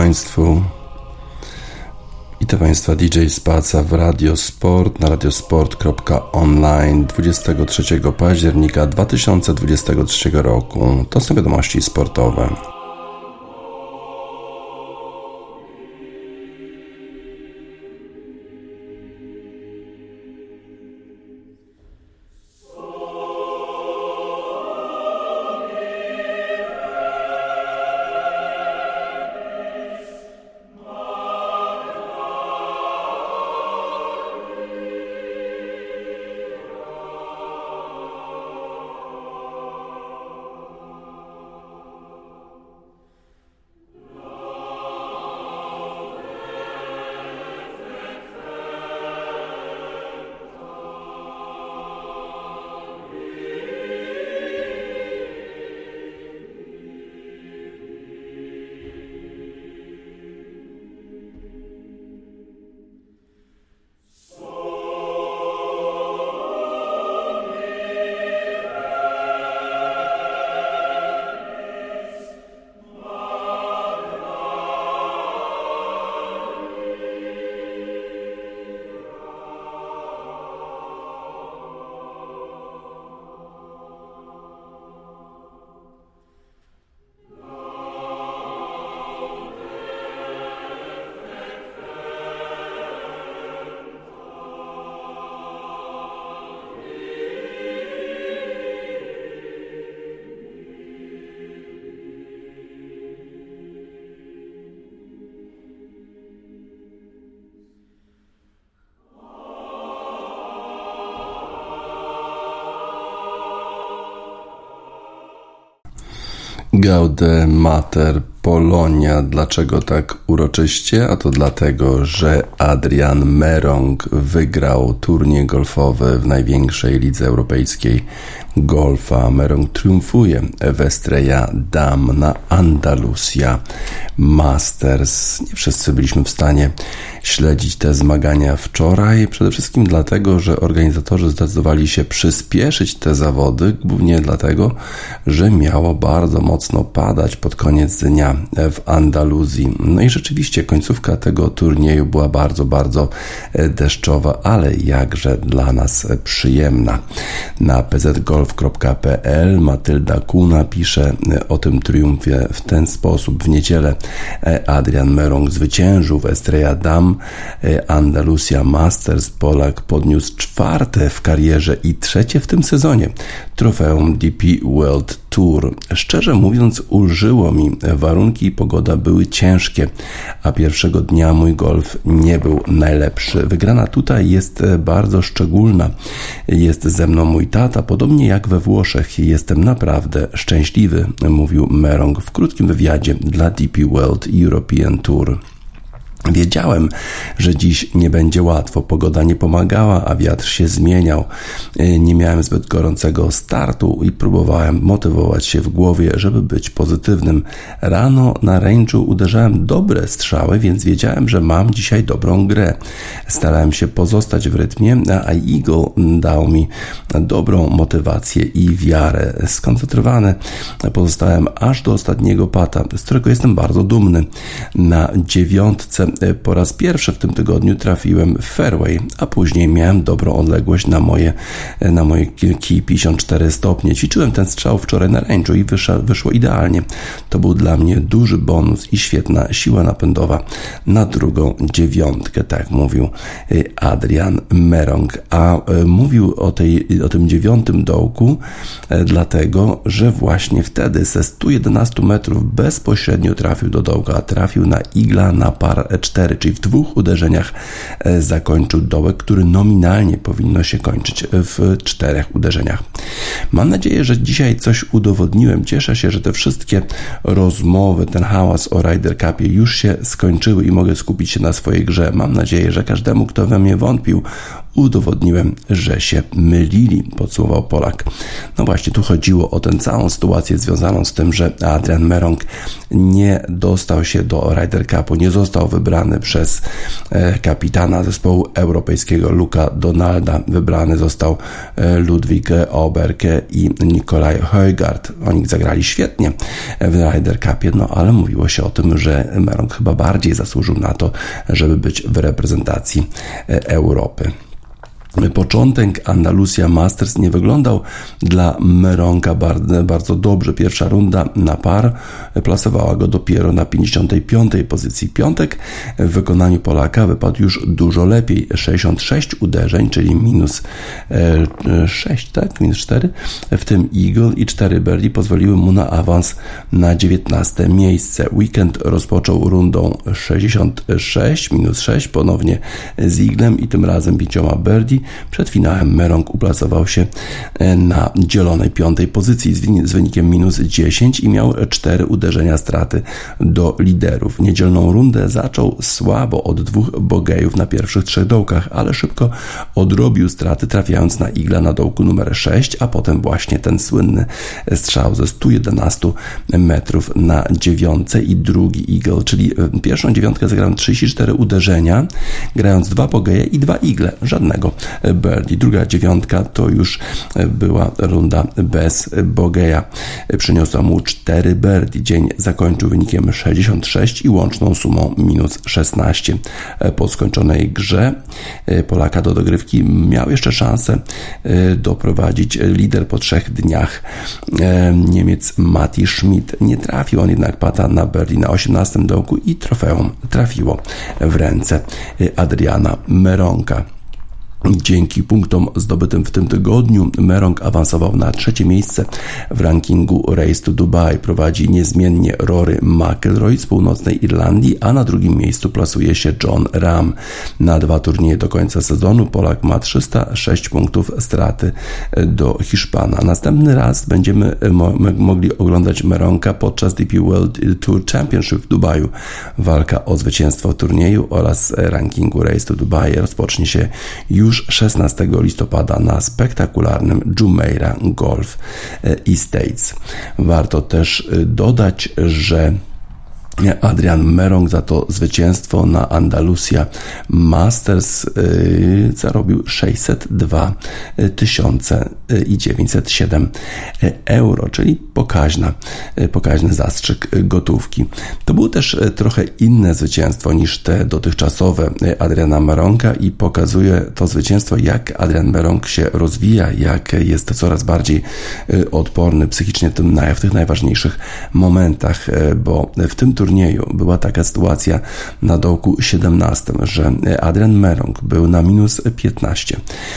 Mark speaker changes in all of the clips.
Speaker 1: Państwu. Witam Państwa, DJ Spaca w Radio Sport na radiosport.online 23 października 2023 roku. To są wiadomości sportowe. Gaude Mater Polonia. Dlaczego tak uroczyście? A to dlatego, że Adrian Merong wygrał turniej golfowy w największej lidze europejskiej golfa. Merong triumfuje w Estrella Damm na Andalusia Masters. Nie wszyscy byliśmy w stanie śledzić te zmagania wczoraj, przede wszystkim dlatego, że organizatorzy zdecydowali się przyspieszyć te zawody, głównie dlatego, że miało bardzo mocno padać pod koniec dnia w Andaluzji. No i rzeczywiście końcówka tego turnieju była bardzo, bardzo deszczowa, ale jakże dla nas przyjemna. Na pzgolf.pl Matylda Kuna pisze o tym triumfie w ten sposób. W niedzielę Adrian Merong zwyciężył w Estrella Damm Andalusia Masters. Polak podniósł 4. w karierze i 3. w tym sezonie trofeum DP World Tour. Szczerze mówiąc, ulżyło mi. Warunki i pogoda były ciężkie, a pierwszego dnia mój golf nie był najlepszy. Wygrana tutaj jest bardzo szczególna. Jest ze mną mój tata, podobnie jak we Włoszech. Jestem naprawdę szczęśliwy, mówił Merong w krótkim wywiadzie dla DP World European Tour. Wiedziałem, że dziś nie będzie łatwo. Pogoda nie pomagała, a wiatr się zmieniał. Nie miałem zbyt gorącego startu i próbowałem motywować się w głowie, żeby być pozytywnym. Rano na range'u uderzałem dobre strzały, więc wiedziałem, że mam dzisiaj dobrą grę. Starałem się pozostać w rytmie, a Eagle dał mi dobrą motywację i wiarę. Skoncentrowany pozostałem aż do ostatniego pata, z którego jestem bardzo dumny. Na 9 po raz pierwszy w tym tygodniu trafiłem w fairway, a później miałem dobrą odległość na moje kij 54 stopnie. Ćwiczyłem ten strzał wczoraj na range'u i wyszło idealnie. To był dla mnie duży bonus i świetna siła napędowa na drugą 9, tak mówił Adrian Merong. A mówił o tym 9 dołku dlatego, że właśnie wtedy ze 111 metrów bezpośrednio trafił do dołka, trafił na igla na par 4, czyli w 2 uderzeniach zakończył dołek, który nominalnie powinno się kończyć w 4 uderzeniach. Mam nadzieję, że dzisiaj coś udowodniłem. Cieszę się, że te wszystkie rozmowy, ten hałas o Ryder Cupie już się skończyły i mogę skupić się na swojej grze. Mam nadzieję, że każdemu, kto we mnie wątpił, udowodniłem, że się mylili, podsumował Polak. No właśnie, tu chodziło o tę całą sytuację związaną z tym, że Adrian Merong nie dostał się do Ryder Cupu, nie został wybrany wybrany przez kapitana zespołu europejskiego Luka Donalda. Wybrany został Ludwig Oberke i Nikolaj Højgaard. Oni zagrali świetnie w Ryder Cupie, ale mówiło się o tym, że Meronk chyba bardziej zasłużył na to, żeby być w reprezentacji Europy. Początek Andalusia Masters nie wyglądał dla Meronka bardzo dobrze. Pierwsza runda na par plasowała go dopiero na 55. pozycji. Piątek w wykonaniu Polaka wypadł już dużo lepiej. 66 uderzeń, czyli minus 6, tak? Minus 4. W tym eagle i 4 birdie pozwoliły mu na awans na 19. miejsce. Weekend rozpoczął rundą 66, minus 6, ponownie z eaglem i tym razem 5 birdie. Przed finałem Meronk uplasował się na dzielonej 5. pozycji z wynikiem minus 10 i miał 4 uderzenia straty do liderów. Niedzielną rundę zaczął słabo od 2 bogeyów na pierwszych 3 dołkach, ale szybko odrobił straty, trafiając na igla na dołku numer 6, a potem właśnie ten słynny strzał ze 111 metrów na 9 i drugi eagle, czyli pierwszą 9 zagrałem 34 uderzenia, grając 2 bogeje i 2 igle, żadnego birdie. Druga 9 to już była runda bez bogeja. Przyniosła mu 4 birdie. Dzień zakończył wynikiem 66 i łączną sumą minus 16. Po skończonej grze Polaka do dogrywki miał jeszcze szansę doprowadzić lider po 3 dniach. Niemiec Matti Schmidt. Nie trafił on jednak pata na birdie na 18 dołku i trofeum trafiło w ręce Adriana Meronka. Dzięki punktom zdobytym w tym tygodniu Meronk awansował na 3. miejsce w rankingu Race to Dubai. Prowadzi niezmiennie Rory McIlroy z północnej Irlandii, a na 2. miejscu plasuje się Jon Rahm. Na 2 turnieje do końca sezonu Polak ma 306 punktów straty do Hiszpana. Następny raz będziemy mogli oglądać Meronka podczas DP World Tour Championship w Dubaju. Walka o zwycięstwo turnieju oraz rankingu Race to Dubai rozpocznie się już 16 listopada na spektakularnym Jumeirah Golf Estates. Warto też dodać, że Adrian Meronk za to zwycięstwo na Andalusia Masters zarobił 602 907 euro, czyli pokaźny zastrzyk gotówki. To było też trochę inne zwycięstwo niż te dotychczasowe Adriana Meronka i pokazuje to zwycięstwo, jak Adrian Meronk się rozwija, jak jest coraz bardziej odporny psychicznie w tych najważniejszych momentach, bo w tym turnieju była taka sytuacja na dołku 17, że Adrian Meronk był na minus 15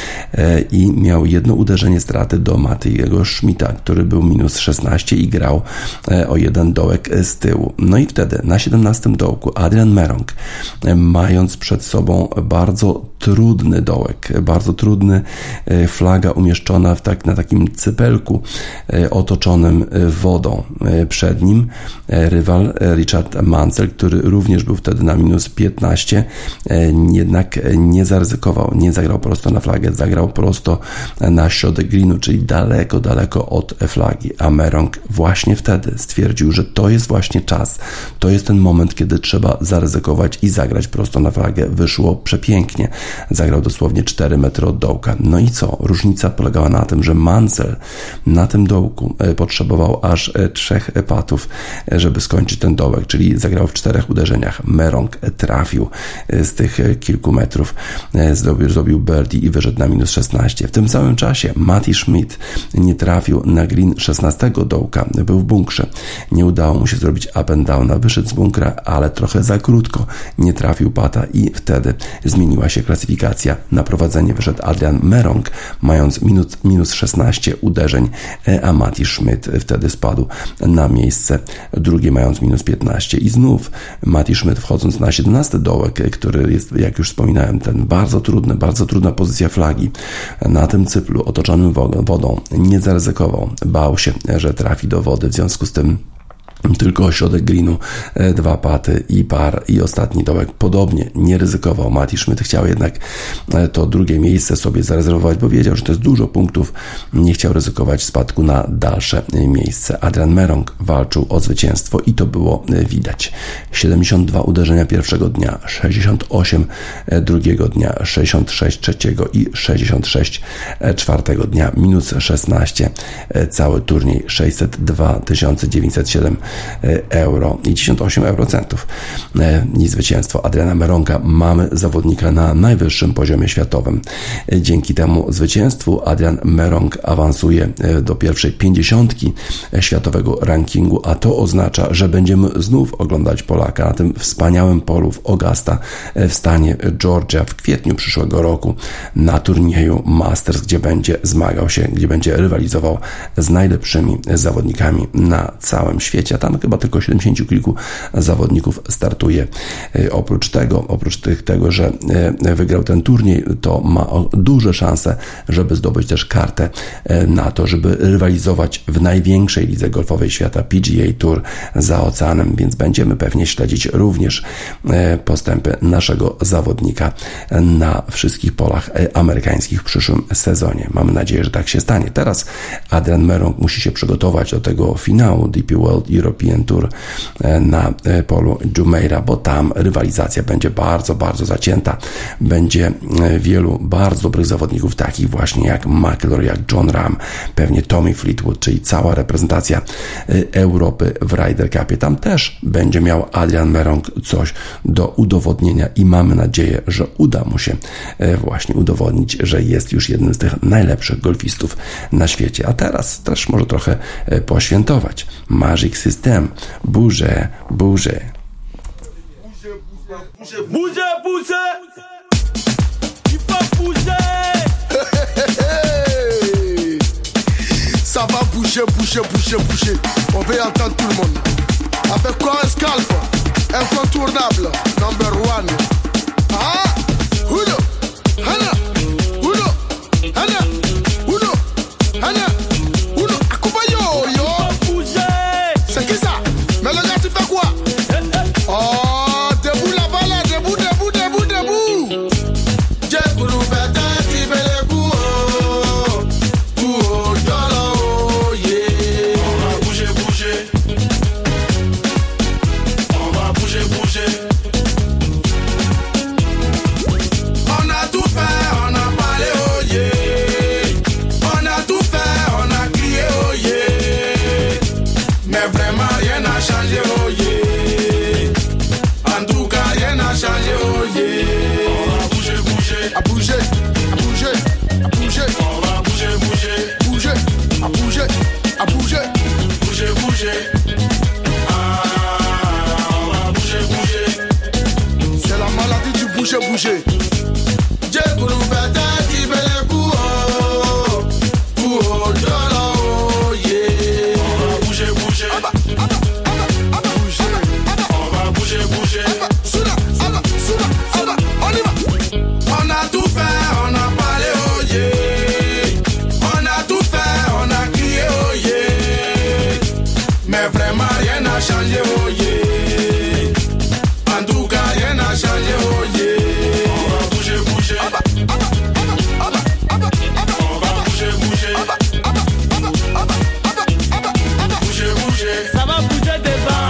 Speaker 1: i miał jedno uderzenie straty do Mattiego Schmidta, który był minus 16 i grał o 1 dołek z tyłu. No i wtedy na 17 dołku Adrian Meronk, mając przed sobą bardzo trudny dołek, bardzo trudny, flaga umieszczona na takim cypelku otoczonym wodą. Przed nim rywal Richard Mansell, który również był wtedy na minus 15, jednak nie zaryzykował, nie zagrał prosto na flagę, zagrał prosto na środek greenu, czyli daleko od flagi, a Meronk właśnie wtedy stwierdził, że to jest właśnie czas, to jest ten moment, kiedy trzeba zaryzykować i zagrać prosto na flagę. Wyszło przepięknie, zagrał dosłownie 4 metry od dołka. No i co? Różnica polegała na tym, że Mansell na tym dołku potrzebował aż 3 patów, żeby skończyć ten dołek, czyli zagrał w 4 uderzeniach. Meronk trafił z tych kilku metrów, zrobił birdie i wyszedł na minus 16. W tym samym czasie Matti Schmidt nie trafił na green 16 dołka, był w bunkrze. Nie udało mu się zrobić up and downa, wyszedł z bunkra, ale trochę za krótko, nie trafił pata i wtedy zmieniła się klasyfikacja. Na prowadzenie wyszedł Adrian Meronk, mając minus 16 uderzeń, a Matti Schmidt wtedy spadł na miejsce drugie, mając minus 15. I znów Matti Schmidt, wchodząc na 17 dołek, który jest, jak już wspominałem, ten bardzo trudna pozycja flagi, na tym cyplu otoczonym wodą, nie zaryzykował. Bał się, że trafi do wody, w związku z tym Tylko ośrodek greenu, 2 paty i par i ostatni dołek. Podobnie nie ryzykował. Matti Schmidt chciał jednak to drugie miejsce sobie zarezerwować, bo wiedział, że to jest dużo punktów. Nie chciał ryzykować spadku na dalsze miejsce. Adrian Merong walczył o zwycięstwo i to było widać. 72 uderzenia pierwszego dnia, 68 drugiego dnia, 66 trzeciego i 66 czwartego dnia. Minus 16. Cały turniej 602 907 euro i 98 eurocentów. I zwycięstwo Adriana Meronga. Mamy zawodnika na najwyższym poziomie światowym. Dzięki temu zwycięstwu Adrian Merong awansuje do pierwszej 50 światowego rankingu, a to oznacza, że będziemy znów oglądać Polaka na tym wspaniałym polu w Augusta w stanie Georgia w kwietniu przyszłego roku na turnieju Masters, gdzie będzie zmagał się, gdzie będzie rywalizował z najlepszymi zawodnikami na całym świecie. A tam chyba tylko 70 kilku zawodników startuje. Oprócz tego, że wygrał ten turniej, to ma duże szanse, żeby zdobyć też kartę na to, żeby rywalizować w największej lidze golfowej świata PGA Tour za oceanem, więc będziemy pewnie śledzić również postępy naszego zawodnika na wszystkich polach amerykańskich w przyszłym sezonie. Mamy nadzieję, że tak się stanie. Teraz Adrian Merong musi się przygotować do tego finału DP World European Tour na polu Jumeirah, bo tam rywalizacja będzie bardzo, bardzo zacięta. Będzie wielu bardzo dobrych zawodników, takich właśnie jak McIlroy, jak Jon Rahm, pewnie Tommy Fleetwood, czyli cała reprezentacja Europy w Ryder Cupie. Tam też będzie miał Adrian Merong coś do udowodnienia i mamy nadzieję, że uda mu się właśnie udowodnić, że jest już jednym z tych najlepszych golfistów na świecie. A teraz też może trochę poświętować. Magic System, Bougez, Bougez.
Speaker 2: Bougez, bougez, il faut bouger. Ça va bouger, bouger, bouger, bouger. On veut entendre tout le monde. Avec quoi un scalp incontournable, number one. Ah, uno, hana, uno, hana, uno, hana, uno. Akubayo, yo. C'est qui ça? Mais le gars, tu fais quoi? Oh, debout là-bas, là, debout, debout, debout, debout. J'ai pour nous faire tâter, mais les coups, oh, yolo, oh, yeah. On va bouger, bouger. On va bouger, bouger. On a tout fait, on a parlé, oh, yeah. On a tout fait, on a crié, oh, yeah. Mais vraiment, rien n'a changé, oh, yeah. En tout cas, rien n'a changé, oh yeah. On va bouger, bouger. À bouger, à bouger, à bouger. On va bouger, bouger. Bouger, à bouger, à bouger. Bouger, bouger. Ah, on va bouger, bouger. C'est la maladie du bouger, bouger. Dieu pour nous faire tâter, mais les coups, oh, oh, oh, yeah. On va bouger, bouger. Bouger, bouger. On a tout fait, on a parlé, oh yeah. On a tout fait, on a crié, oh yeah. Mais vraiment rien n'a changé, oh yeah. En tout cas rien n'a changé, oh yeah. On va bouger, bouger. On va bouger, bouger. Bouger, bouger.
Speaker 3: Ça va bouger devant.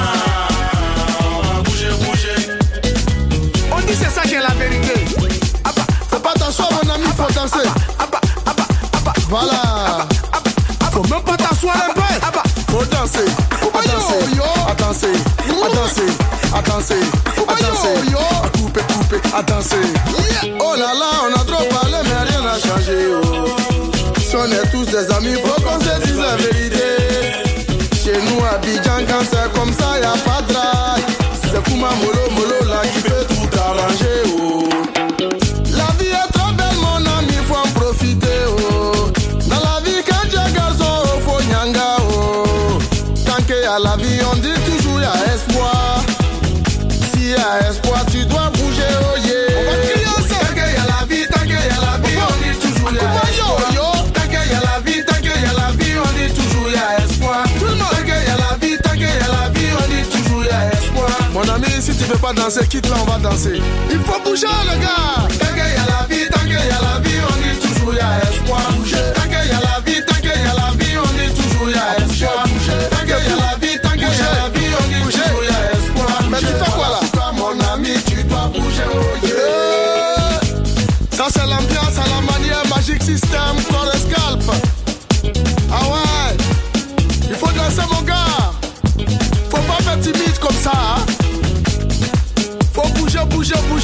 Speaker 2: C'est ça qui est la vérité. Faut pas t'asseoir, mon ami, faut danser. Voilà. Faut même pas t'asseoir un peu. Faut danser. À danser. À danser. À danser. À danser. À danser. À couper, couper. À danser. Oh là là, on a trop parlé, mais rien n'a changé. Oh. Si on est tous des amis, faut qu'on se dise la vérité. Chez nous, à Abidjan, quand c'est comme ça, y'a pas de drague. C'est Kouma Molo Molo là qui fait tout arranger, oh. La vie est trop belle, mon ami, faut en profiter, oh. Dans la vie, quand tu es garçon, oh, faut nyanga, oh. Tant qu'il y a la vie, on dit toujours y a espoir. S'il y a espoir, tu dois bouger, oh yeah. On va crier ensemble. Tant qu'il y a la vie, tant qu'il y a la vie, on dit toujours y a espoir. Tant qu'il y a la vie, tant qu'il y a la vie, on dit toujours y a espoir. Tant qu'il y a la vie, tant qu'il y a la vie. pas danser, quitte là, on va danser. Il faut bouger, les gars. Tant qu'il y a la vie, on dit toujours, il y a espoir. Tant qu'il y a la vie, on dit toujours, il y a espoir. Tant qu'il y a la vie, on dit toujours, il y a espoir. Mais tu fais quoi là? Toi, mon ami, tu dois bouger, oh yeah. Ça, c'est l'ambiance à la manière Magic System, corps et scalp. Ah ouais, il faut danser, mon gars. Faut pas faire timide comme ça, hein? Faut bouger. On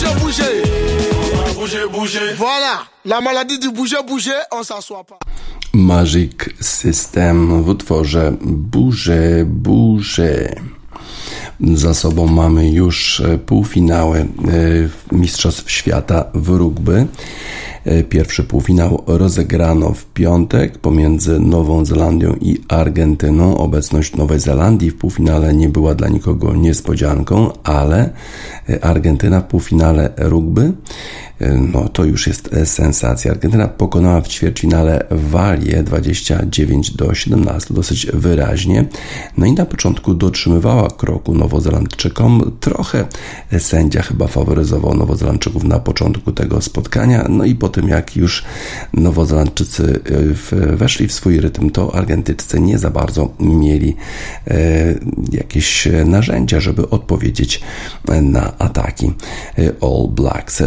Speaker 2: va bouger. Voilà, la maladie du bouger, on s'assoit pas.
Speaker 1: Magic System w utworze Bouger. Za sobą mamy już półfinały Mistrzostw Świata w rugby. Pierwszy półfinał rozegrano w piątek pomiędzy Nową Zelandią i Argentyną. Obecność Nowej Zelandii w półfinale nie była dla nikogo niespodzianką, ale Argentyna w półfinale rugby, no to już jest sensacja. Argentyna pokonała w ćwierćfinale Walię 29-17, dosyć wyraźnie. No i na początku dotrzymywała kroku Nowozelandczykom. Trochę sędzia chyba faworyzował Nowozelandczyków na początku tego spotkania. No i po tym jak już Nowozelandczycy weszli w swój rytm, to Argentyńczycy nie za bardzo mieli jakieś narzędzia, żeby odpowiedzieć na ataki All Blacks.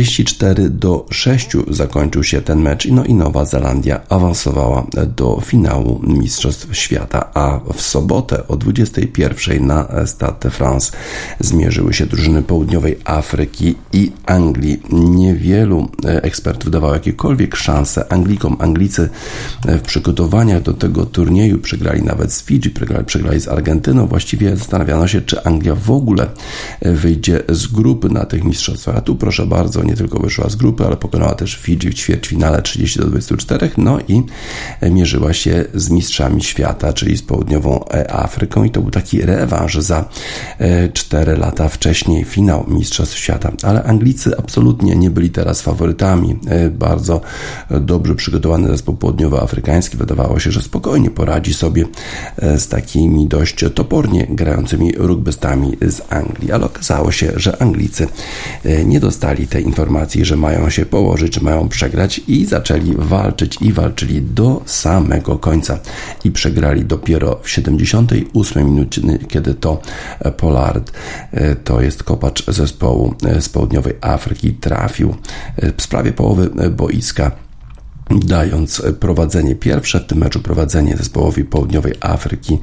Speaker 1: 44-6 zakończył się ten mecz, no i Nowa Zelandia awansowała do finału Mistrzostw Świata, a w sobotę o 21:00 na Stade de France zmierzyły się drużyny Południowej Afryki i Anglii. Niewielu ekspertów dawało jakiekolwiek szanse Anglikom. Anglicy w przygotowaniach do tego turnieju przegrali nawet z Fidżi, przegrali z Argentyną. Właściwie zastanawiano się, czy Anglia w ogóle wyjdzie z grupy na tych mistrzostwach. A tu proszę bardzo, nie tylko wyszła z grupy, ale pokonała też Fidżi w ćwierćfinale 30-24, no i mierzyła się z mistrzami świata, czyli z Południową Afryką, i to był taki rewanż za 4 lata wcześniej, finał Mistrzostw Świata. Ale Anglicy absolutnie nie byli teraz faworytami. Bardzo dobrze przygotowany zespół południowoafrykański wydawało się, że spokojnie poradzi sobie z takimi dość topornie grającymi rugbystami z Anglii, ale okazało się, że Anglicy nie dostali tej informacji, że mają się położyć, że mają przegrać, i zaczęli walczyli do samego końca i przegrali dopiero w 78 minucie, kiedy to Pollard, to jest kopacz zespołu z Południowej Afryki, trafił z prawie połowy boiska, dając prowadzenie pierwsze w tym meczu, prowadzenie zespołowi Południowej Afryki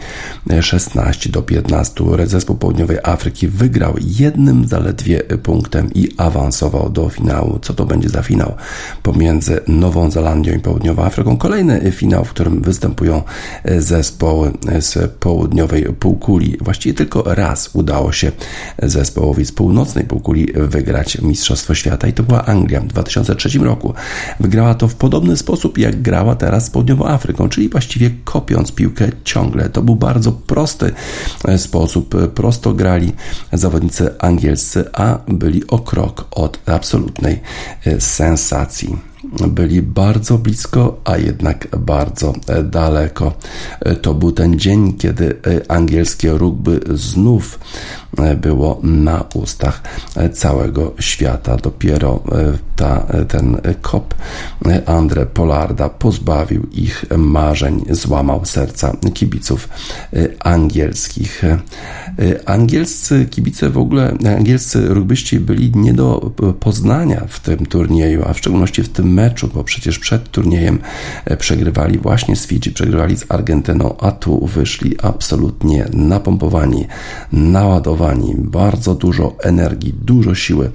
Speaker 1: 16-15. Zespół Południowej Afryki wygrał jednym zaledwie punktem i awansował do finału. Co to będzie za finał pomiędzy Nową Zelandią i Południową Afryką? Kolejny finał, w którym występują zespoły z południowej półkuli. Właściwie tylko raz udało się zespołowi z północnej półkuli wygrać Mistrzostwo Świata, i to była Anglia w 2003 roku. Wygrała to w podobny sposób, jak grała teraz z Południową Afryką, czyli właściwie kopiąc piłkę ciągle. To był bardzo prosty sposób. Prosto grali zawodnicy angielscy, a byli o krok od absolutnej sensacji. Byli bardzo blisko, a jednak bardzo daleko. To był ten dzień, kiedy angielskie rugby znów było na ustach całego świata. Dopiero ten kop Andre Pollarda pozbawił ich marzeń, złamał serca kibiców angielskich. Angielscy kibice, w ogóle angielscy rugbyści byli nie do poznania w tym turnieju, a w szczególności w tym meczu, bo przecież przed turniejem przegrywali właśnie z Fidżi, przegrywali z Argentyną, a tu wyszli absolutnie napompowani, naładowani, bardzo dużo energii, dużo siły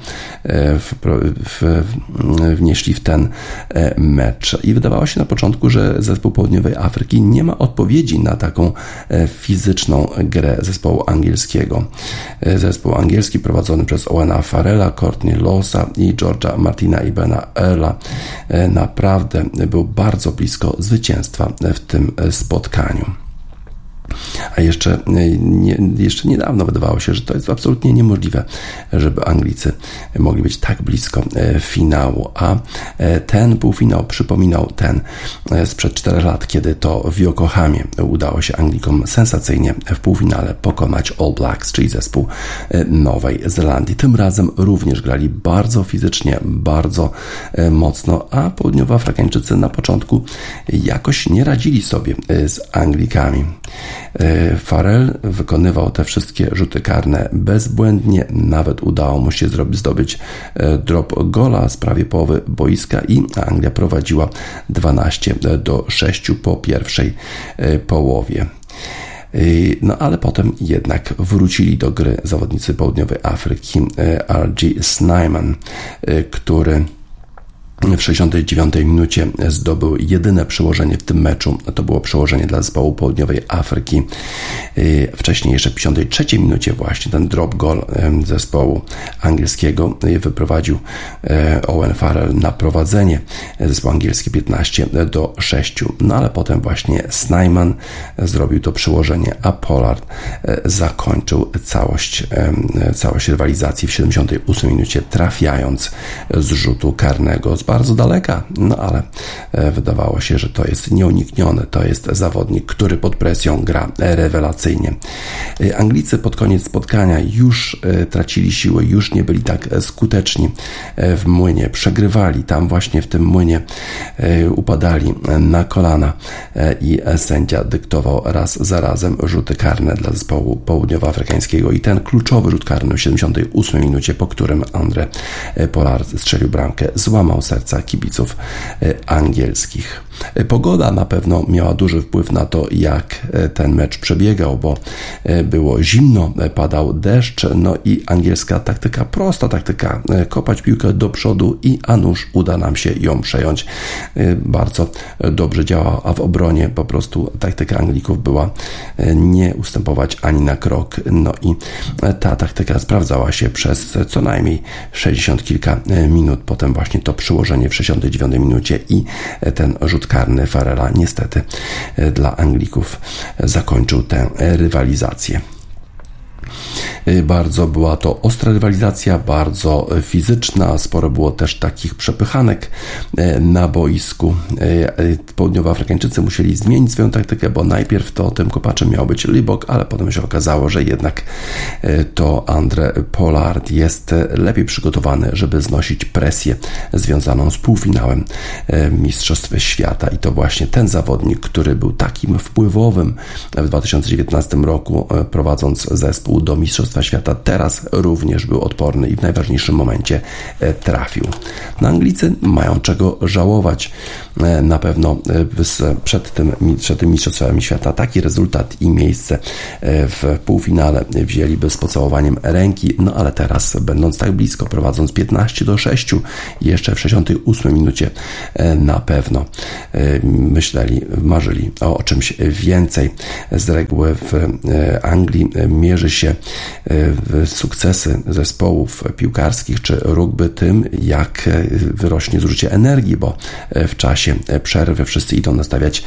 Speaker 1: wnieśli w ten mecz. I wydawało się na początku, że zespół Południowej Afryki nie ma odpowiedzi na taką fizyczną grę zespołu angielskiego. Zespół angielski prowadzony przez Owena Farrella, Courtney Lawsa i George'a Martina i Bena Earla naprawdę był bardzo blisko zwycięstwa w tym spotkaniu. A jeszcze niedawno wydawało się, że to jest absolutnie niemożliwe, żeby Anglicy mogli być tak blisko finału. A ten półfinał przypominał ten sprzed 4 lat, kiedy to w Yokohamie udało się Anglikom sensacyjnie w półfinale pokonać All Blacks, czyli zespół Nowej Zelandii. Tym razem również grali bardzo fizycznie, bardzo mocno, a południowoafrykańczycy na początku jakoś nie radzili sobie z Anglikami. Farrell wykonywał te wszystkie rzuty karne bezbłędnie, nawet udało mu się zdobyć drop gola z prawie połowy boiska i Anglia prowadziła 12-6 po pierwszej połowie. No ale potem jednak wrócili do gry zawodnicy Południowej Afryki. R.G. Snyman, który w 69 minucie zdobył jedyne przełożenie w tym meczu. To było przełożenie dla zespołu Południowej Afryki. Wcześniej jeszcze w 53 minucie właśnie ten drop goal zespołu angielskiego wyprowadził Owen Farrell na prowadzenie. Zespół angielski 15-6. No ale potem właśnie Snyman zrobił to przełożenie, a Pollard zakończył całość rywalizacji w 78 minucie, trafiając z rzutu karnego z bardzo daleka, no ale wydawało się, że to jest nieuniknione. To jest zawodnik, który pod presją gra rewelacyjnie. Anglicy pod koniec spotkania już tracili siłę, już nie byli tak skuteczni w młynie. Przegrywali tam właśnie w tym młynie, upadali na kolana i sędzia dyktował raz za razem rzuty karne dla zespołu południowoafrykańskiego i ten kluczowy rzut karny w 78 minucie, po którym Andre Pollard strzelił bramkę, złamał serca kibiców angielskich. Pogoda na pewno miała duży wpływ na to, jak ten mecz przebiegał, bo było zimno, padał deszcz, no i angielska taktyka, prosta taktyka, kopać piłkę do przodu i a nuż uda nam się ją przejąć. Bardzo dobrze działała, a w obronie po prostu taktyka Anglików była nie ustępować ani na krok, no i ta taktyka sprawdzała się przez co najmniej 60 kilka minut, potem właśnie to przyłożenie w 69 minucie i ten rzut karny Farrella niestety dla Anglików zakończył tę rywalizację. Bardzo była to ostra rywalizacja, bardzo fizyczna, sporo było też takich przepychanek na boisku. Południowoafrykańczycy musieli zmienić swoją taktykę, bo najpierw to tym kopaczem miał być Libbok, ale potem się okazało, że jednak to Andre Pollard jest lepiej przygotowany, żeby znosić presję związaną z półfinałem Mistrzostw Świata i to właśnie ten zawodnik, który był takim wpływowym w 2019 roku, prowadząc zespół do Mistrzostwa Świata, teraz również był odporny i w najważniejszym momencie trafił. No, Anglicy mają czego żałować. Na pewno przed tym Mistrzostwami Świata taki rezultat i miejsce w półfinale wzięliby z pocałowaniem ręki, no ale teraz, będąc tak blisko, prowadząc 15-6, jeszcze w 68 minucie na pewno marzyli o czymś więcej. Z reguły w Anglii mierzy się sukcesy zespołów piłkarskich czy rugby tym, jak wyrośnie zużycie energii, bo w czasie przerwy wszyscy idą nastawiać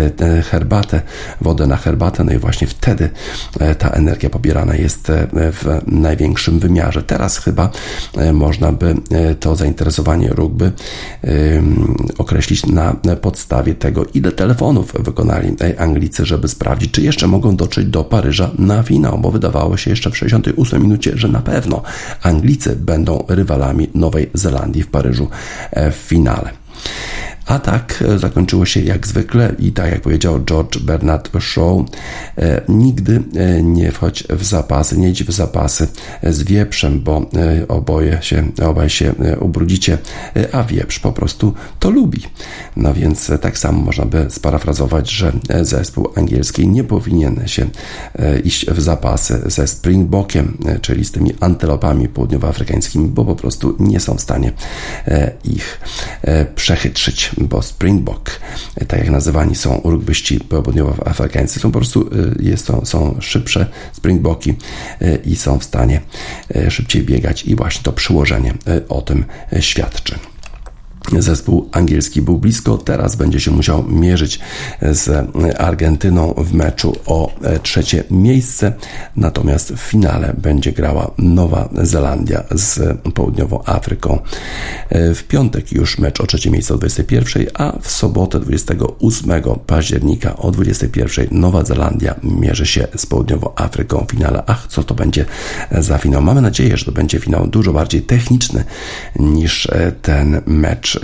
Speaker 1: wodę na herbatę, no i właśnie wtedy ta energia pobierana jest w największym wymiarze. Teraz chyba można by to zainteresowanie rugby określić na podstawie tego, ile telefonów wykonali Anglicy, żeby sprawdzić, czy jeszcze mogą dotrzeć do Paryża na finał, bo wydawało się jeszcze w 68 minucie, że na pewno Anglicy będą rywalami Nowej Zelandii w Paryżu w finale. A tak zakończyło się jak zwykle i tak jak powiedział George Bernard Shaw, nigdy nie wchodź w zapasy, nie idź w zapasy z wieprzem, bo obaj się ubrudzicie, a wieprz po prostu to lubi. No więc tak samo można by sparafrazować, że zespół angielski nie powinien się iść w zapasy ze Springbokiem, czyli z tymi antylopami południowoafrykańskimi, bo po prostu nie są w stanie ich przechytrzyć, bo Springbok, tak jak nazywani są rugbyści południowoafrykańscy, są po prostu są szybsze Springboki i są w stanie szybciej biegać i właśnie to przyłożenie o tym świadczy. Zespół angielski był blisko, teraz będzie się musiał mierzyć z Argentyną w meczu o trzecie miejsce, natomiast w finale będzie grała Nowa Zelandia z Południową Afryką. W piątek już mecz o trzecie miejsce o 21, a w sobotę 28 października o 21 Nowa Zelandia mierzy się z Południową Afryką w finale. Ach, co to będzie za finał? Mamy nadzieję, że to będzie finał dużo bardziej techniczny niż ten mecz.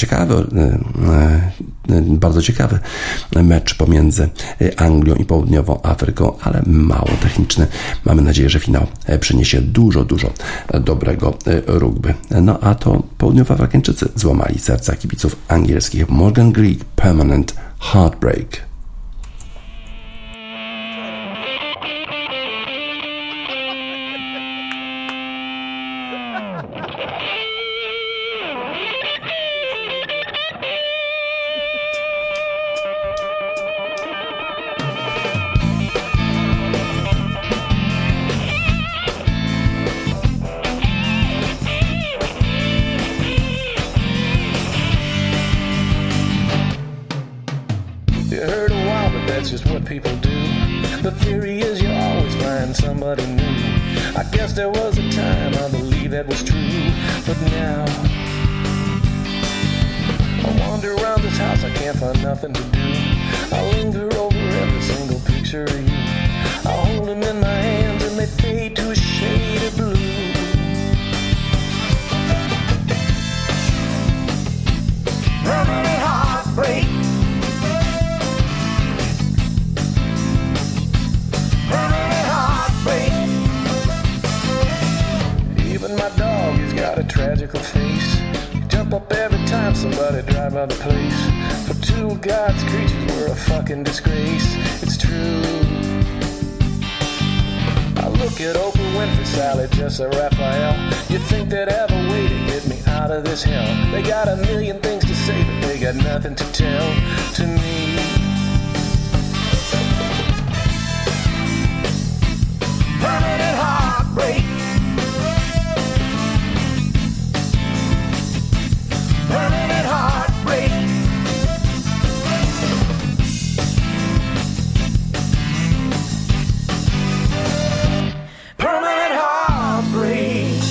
Speaker 1: Bardzo ciekawy mecz pomiędzy Anglią i Południową Afryką, ale mało techniczny. Mamy nadzieję, że finał przyniesie dużo dobrego rugby. No a to Południowoafrykańczycy złamali serca kibiców angielskich. Morgan Greig, Permanent Heartbreak.
Speaker 3: That's just what people do. The theory is you always find somebody new. I guess there was a time I believe that was true, but now I wander around this house, I can't find nothing to do. I linger over every single picture of you. I hold them in my hands and they fade to a shade of blue. Permanent heartbreak. My dog, he's got a tragical face. Jump up every time somebody drive by the place. For two of God's creatures, we're a fucking disgrace. It's true. I look at Oprah Winfrey, Sally, Jessa, Raphael. You'd think they'd have a way to get me out of this hell. They got a million things to say, but they got nothing to tell to me. Permanent heartbreak. Permanent heartbreak. Permanent heartbreak.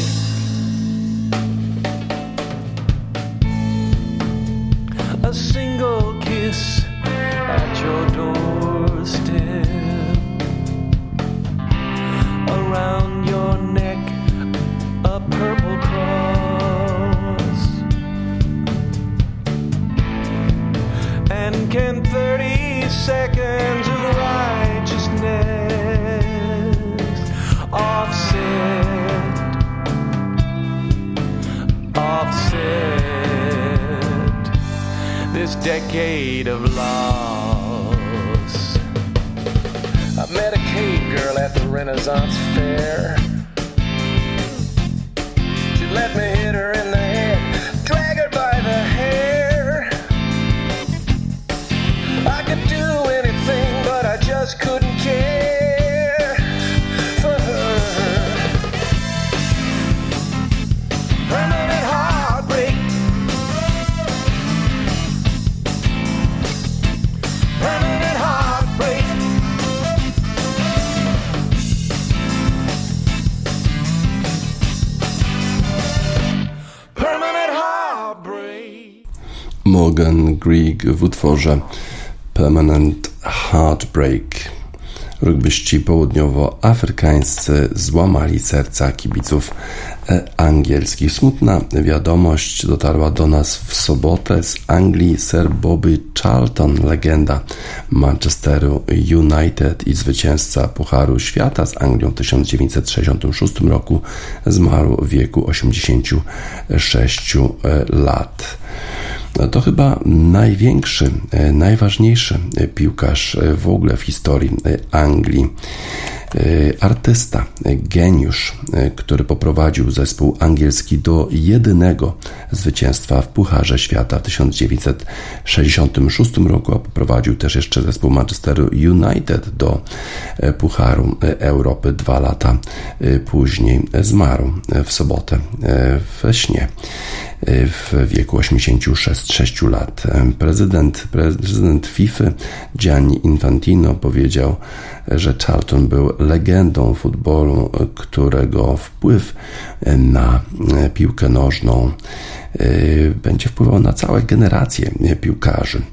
Speaker 3: A single kiss at your doorstep. Around your neck, a purple cross. And can 30 seconds of righteousness offset this decade of loss? I met a cave girl at the Renaissance Fair. She let me hit her in the head, drag her by the hair. I could do anything, but I just couldn't care for her. Permanent heartbreak. Permanent heartbreak. Permanent heartbreak.
Speaker 1: Morgan Greig w utworze Permanent Heartbreak. Rugbyści południowoafrykańscy złamali serca kibiców angielskich. Smutna wiadomość dotarła do nas w sobotę z Anglii. Sir Bobby Charlton, legenda Manchesteru United i zwycięzca Pucharu Świata z Anglią w 1966 roku, zmarł w wieku 86 lat. To chyba największy, najważniejszy piłkarz w ogóle w historii Anglii. Artysta, geniusz, który poprowadził zespół angielski do jedynego zwycięstwa w Pucharze Świata w 1966 roku, a poprowadził też jeszcze zespół Manchesteru United do Pucharu Europy 2 lata później. Zmarł w sobotę we śnie. w wieku 86 lat. Prezydent FIFA Gianni Infantino powiedział, że Charlton był legendą futbolu, którego wpływ na piłkę nożną będzie wpływał na całe generacje piłkarzy.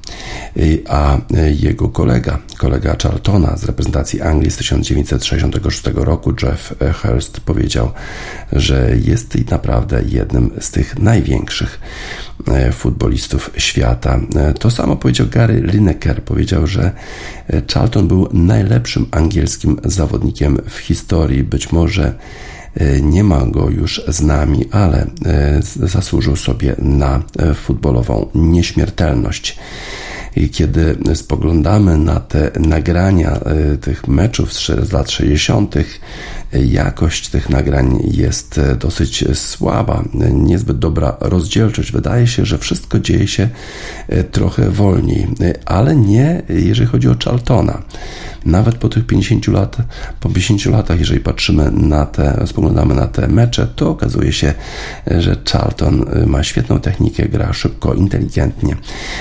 Speaker 1: A jego kolega Charltona z reprezentacji Anglii z 1966 roku, Jeff Hurst, powiedział, że jest naprawdę jednym z tych największych futbolistów świata. To samo powiedział Gary Lineker. Powiedział, że Charlton był najlepszym angielskim zawodnikiem w historii. Być może nie ma go już z nami, ale zasłużył sobie na futbolową nieśmiertelność. I kiedy spoglądamy na te nagrania tych meczów z lat 60., jakość tych nagrań jest dosyć słaba, niezbyt dobra rozdzielczość. Wydaje się, że wszystko dzieje się trochę wolniej, ale nie jeżeli chodzi o Charltona. Nawet po tych 50 latach, jeżeli spoglądamy na te mecze, to okazuje się, że Charlton ma świetną technikę, gra szybko, inteligentnie,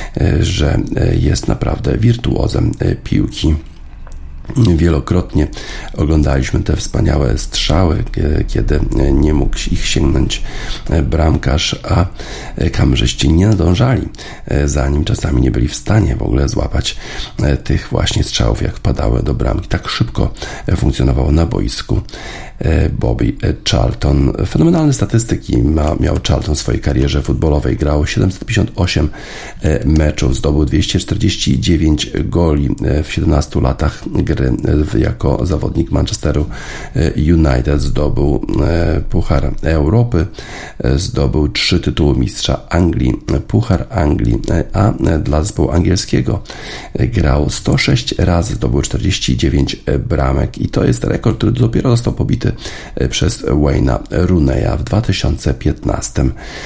Speaker 1: że jest naprawdę wirtuozem piłki. Wielokrotnie oglądaliśmy te wspaniałe strzały, kiedy nie mógł ich sięgnąć bramkarz, a kamerzyści nie nadążali za nim. Czasami nie byli w stanie w ogóle złapać tych właśnie strzałów, jak wpadały do bramki. Tak szybko funkcjonował na boisku Bobby Charlton. Fenomenalne statystyki miał Charlton w swojej karierze futbolowej. Grał 758 meczów, zdobył 249 goli w 17 latach gry jako zawodnik Manchesteru United. Zdobył Puchar Europy, zdobył 3 tytuły mistrza Anglii, Puchar Anglii, a dla zespołu angielskiego grał 106 razy, zdobył 49 bramek i to jest rekord, który dopiero został pobity przez Wayne'a Rooneya w 2015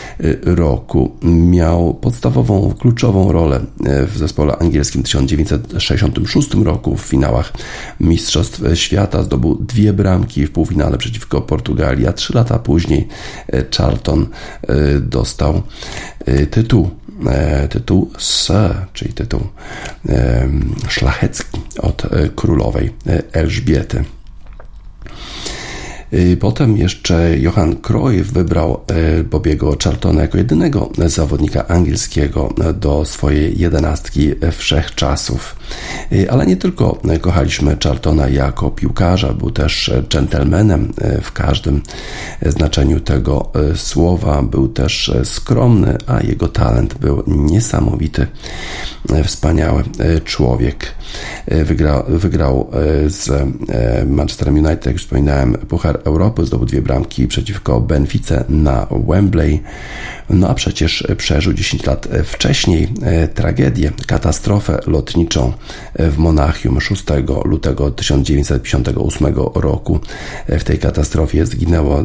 Speaker 1: roku. Miał podstawową, kluczową rolę w zespole angielskim w 1966 roku w finałach Mistrzostw Świata. Zdobył 2 bramki w półfinale przeciwko Portugalii, a 3 lata później Charlton dostał tytuł Sir, czyli tytuł szlachecki od królowej Elżbiety. Potem jeszcze Johan Cruyff wybrał Bobbiego Charltona jako jedynego zawodnika angielskiego do swojej 11 wszechczasów. Ale nie tylko kochaliśmy Charltona jako piłkarza, był też dżentelmenem w każdym znaczeniu tego słowa, był też skromny, a jego talent był niesamowity. Wspaniały człowiek. Wygrał z Manchesterem United, jak już wspominałem, Puchar Europy, zdobył 2 bramki przeciwko Benfice na Wembley. No a przecież przeżył 10 lat wcześniej tragedię, katastrofę lotniczą w Monachium 6 lutego 1958 roku. W tej katastrofie zginęły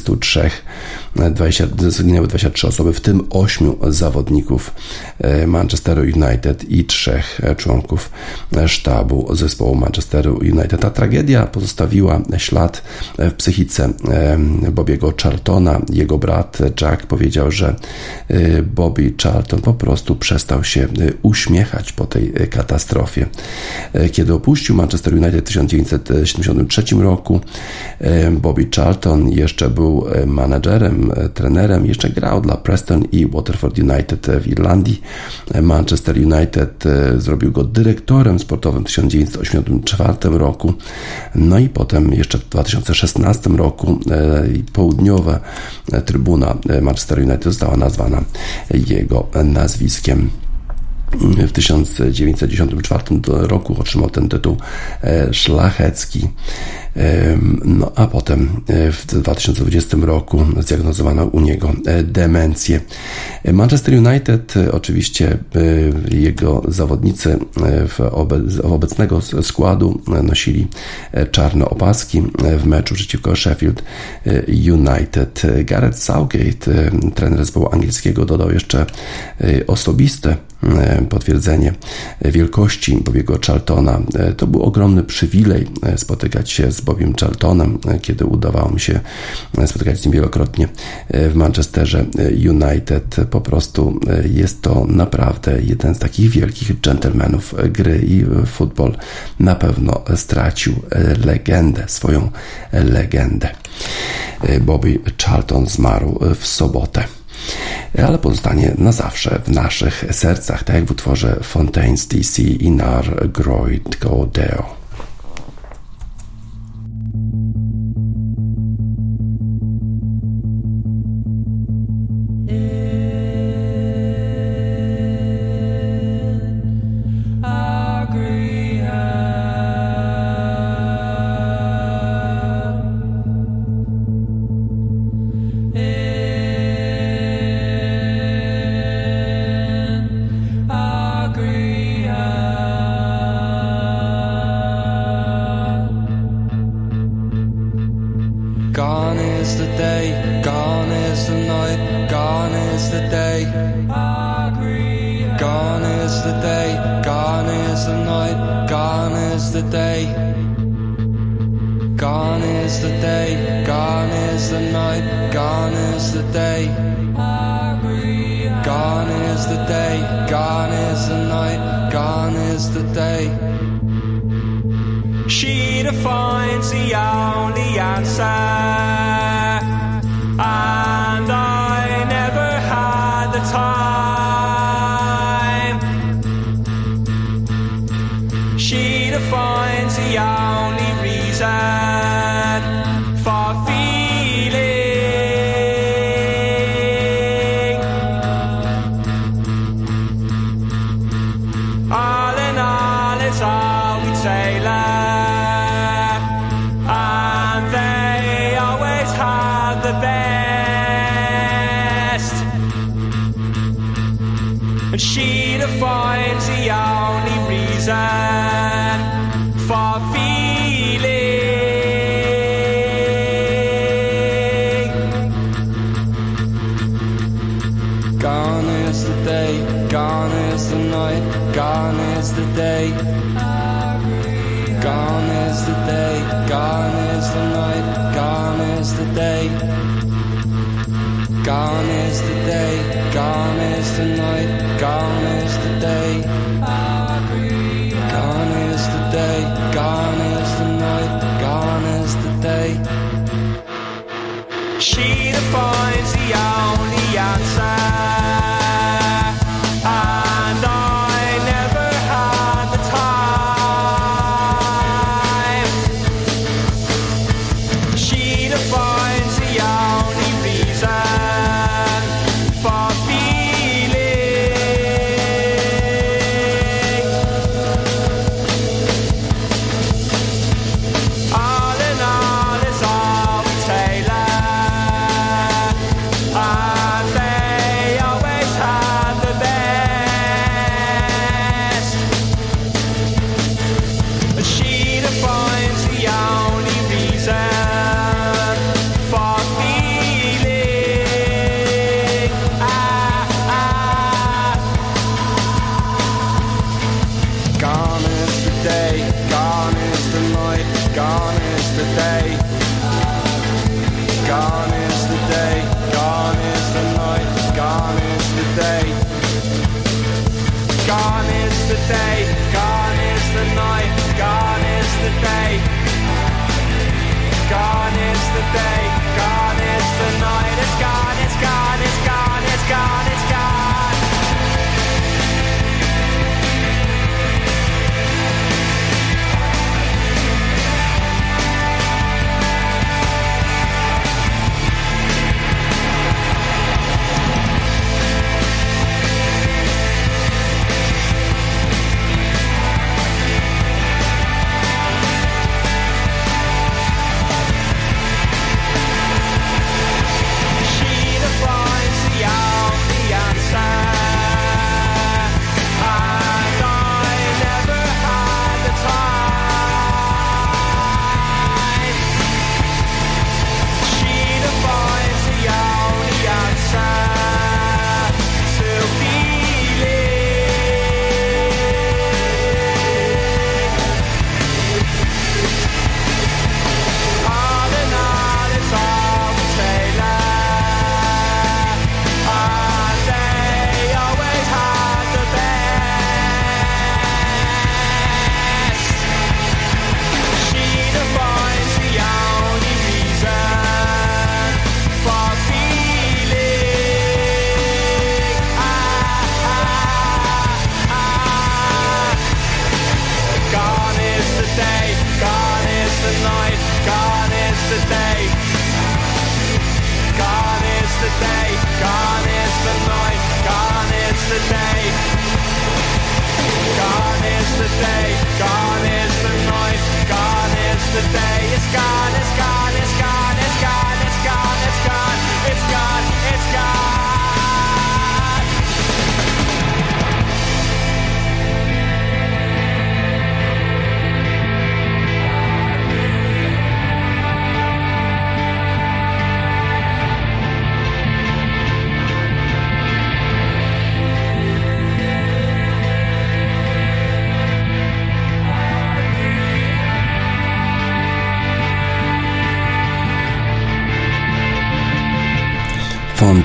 Speaker 1: 23 osoby, w tym 8 zawodników Manchesteru United i 3 członków sztabu zespołu Manchesteru United. Ta tragedia pozostawiła ślad w psychice Bobbiego Charltona. Jego brat Jack powiedział, że Bobby Charlton po prostu przestał się uśmiechać po tej katastrofie. Kiedy opuścił Manchester United w 1973 roku, Bobby Charlton jeszcze był menadżerem, trenerem, jeszcze grał dla Preston i Waterford United w Irlandii. Manchester United zrobił go dyrektorem sportowym w 1984 roku. No i potem jeszcze w 2016 roku południowa trybuna Manchester United została nazwana jego nazwiskiem. W 1994 roku otrzymał ten tytuł szlachecki. No a potem w 2020 roku zdiagnozowano u niego demencję. Manchester United, oczywiście jego zawodnicy obecnego składu nosili czarne opaski w meczu przeciwko Sheffield United. Gareth Southgate, trener zespołu angielskiego, dodał jeszcze osobiste potwierdzenie wielkości Bobbiego Charltona. To był ogromny przywilej spotykać się z Bobiem Charltonem, kiedy udawało mi się spotkać z nim wielokrotnie w Manchesterze United. Po prostu jest to naprawdę jeden z takich wielkich dżentelmenów gry i futbol na pewno stracił swoją legendę. Bobby Charlton zmarł w sobotę, ale pozostanie na zawsze w naszych sercach, tak jak w utworze Fontaines DC in our Groid Go Deo.
Speaker 4: Gone is the day, gone is the night, gone is the day. Gone is the day, gone is the night, gone is the day. Gone is the day, gone is the night, gone is the day. Gone is the day, gone is the night, gone is the day. She defines the only answer, and I never had the time. She defines the only reason for feeling. All in all, it's all we tailor. And she defines the only reason for feeling. Gone is the day, gone is the night, gone is the day. Gone is the day, gone is the night, gone is the day. Gone is the day, gone is the night, gone is the day. Gone is the day, gone is the night, gone is the day. She defines the only answer, and I never had the time. She defines the only reason for feeling. All in all, it's all we tailor, and they always have the best. She defines the only reason for feeling. Gone is the day, gone is the night, gone is the day. Gone is the day, gone is the night, gone is the day. Gone is the day, gone is the night, gone is the day. Gone is the day, gone is the night, it's gone, it's gone, it's gone, it's gone, it's gone. She defines